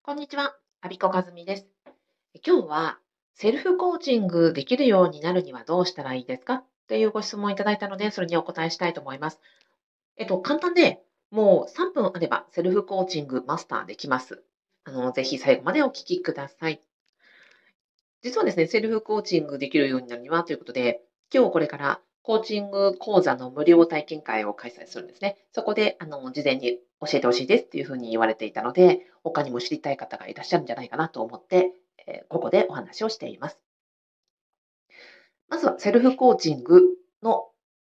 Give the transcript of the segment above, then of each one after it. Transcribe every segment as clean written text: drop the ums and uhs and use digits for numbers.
こんにちは、アビコカズミです。今日はセルフコーチングできるようになるにはどうしたらいいですかっていうご質問をいただいたので、それにお答えしたいと思います。簡単で、もう3分あればセルフコーチングマスターできます。ぜひ最後までお聞きください。実はですね、セルフコーチングできるようになるにはということで、今日これからコーチング講座の無料体験会を開催するんですね。そこで、事前に教えてほしいですっていうふうに言われていたので、他にも知りたい方がいらっしゃるんじゃないかなと思って、ここでお話をしています。まずはセルフコーチングの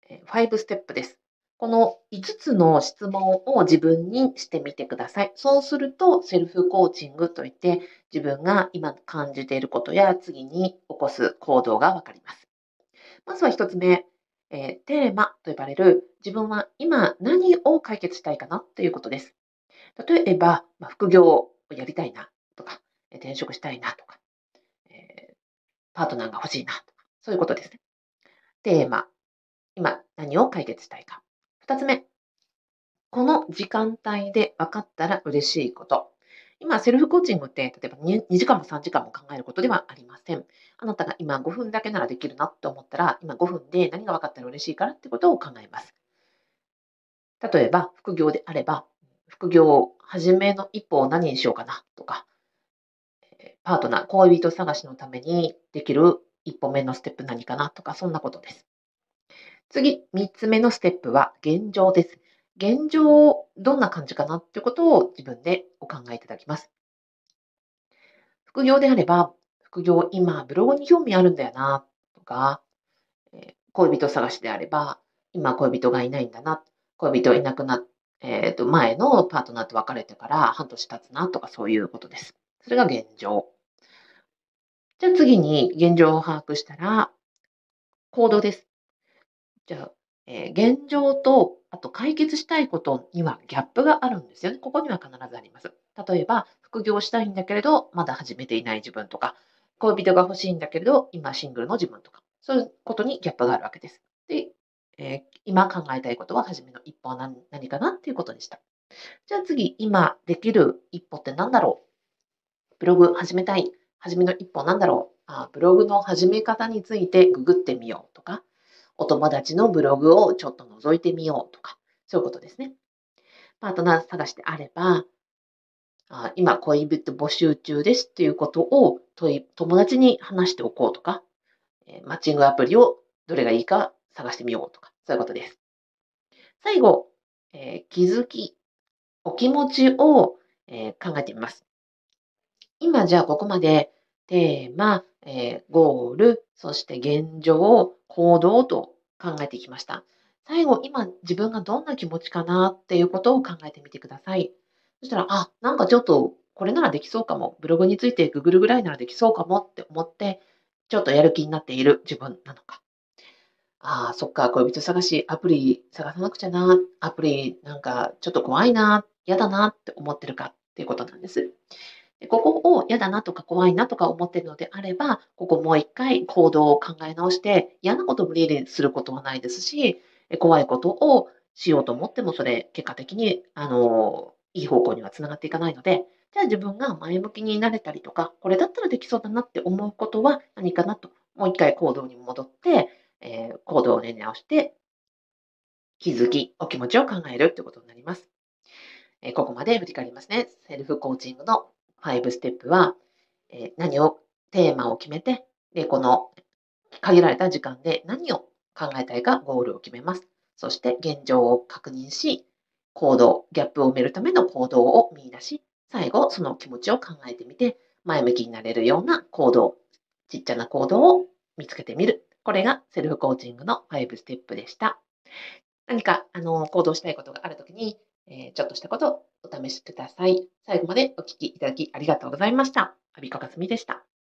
5ステップです。この5つの質問を自分にしてみてください。そうすると、セルフコーチングといって、自分が今感じていることや次に起こす行動がわかります。まずは1つ目、テーマと呼ばれる自分は今何を解決したいかなということです。例えば、副業をやりたいなとか、転職したいなとか、えパートナーが欲しいなとか、そういうことですね。テーマ、今何を解決したいか。2つ目、この時間帯で分かったら嬉しいこと。今、セルフコーチングって、例えば2時間も3時間も考えることではありません。あなたが今5分だけならできるなって思ったら、今5分で何が分かったら嬉しいからってことを考えます。例えば、副業であれば、副業始めの一歩を何にしようかなとか、パートナー、恋人探しのためにできる一歩目のステップ何かなとか、そんなことです。次、3つ目のステップは現状です。現状、どんな感じかなっていうことを自分でお考えいただきます。副業であれば、副業、今、ブログに興味あるんだよな、とか、恋人探しであれば、今、恋人がいないんだな、恋人いなくなっ前のパートナーと別れてから半年経つな、とかそういうことです。それが現状。じゃあ次に現状を把握したら、行動です。じゃあ、現状と、あと解決したいことにはギャップがあるんですよね。ここには必ずあります。例えば、副業したいんだけれど、まだ始めていない自分とか、恋人が欲しいんだけれど、今シングルの自分とか、そういうことにギャップがあるわけです。で、今考えたいことは初めの一歩は何かなっていうことでした。じゃあ次、今できる一歩って何だろう？ブログ始めたい。初めの一歩なんだろう？ブログの始め方についてググってみようとか、お友達のブログをちょっと覗いてみようとか、そういうことですね。パートナー探しであれば、今恋人募集中ですっていうことを友達に話しておこうとか、マッチングアプリをどれがいいか探してみようとか、そういうことです。最後、気づき、お気持ちを、考えてみます。今じゃあここまでテーマ、ゴール、そして現状、行動と考えてきました。最後、今自分がどんな気持ちかなっていうことを考えてみてください。そしたら、なんかちょっとこれならできそうかも。ブログについてググるぐらいならできそうかもって思って、ちょっとやる気になっている自分なのか。そっか、恋人探し、アプリ探さなくちゃな、アプリなんかちょっと怖いな、嫌だなって思ってるかっていうことなんです。で、ここを嫌だなとか怖いなとか思っているのであれば、ここもう一回行動を考え直して、嫌なことを無理にすることはないですし、怖いことをしようと思っても、それ結果的に、いい方向にはつながっていかないので、じゃあ自分が前向きになれたりとか、これだったらできそうだなって思うことは何かなと、もう一回行動に戻って、行動を練り直して、気づき、お気持ちを考えるってことになります。ここまで振り返りますね。セルフコーチングの5ステップは、何を、テーマを決めて、で、この限られた時間で何を考えたいかゴールを決めます。そして現状を確認し、行動、ギャップを埋めるための行動を見出し、最後、その気持ちを考えてみて、前向きになれるような行動、ちっちゃな行動を見つけてみる。これがセルフコーチングの5ステップでした。何か、行動したいことがあるときに、ちょっとしたことをお試しください。最後までお聞きいただきありがとうございました。アビコカスミでした。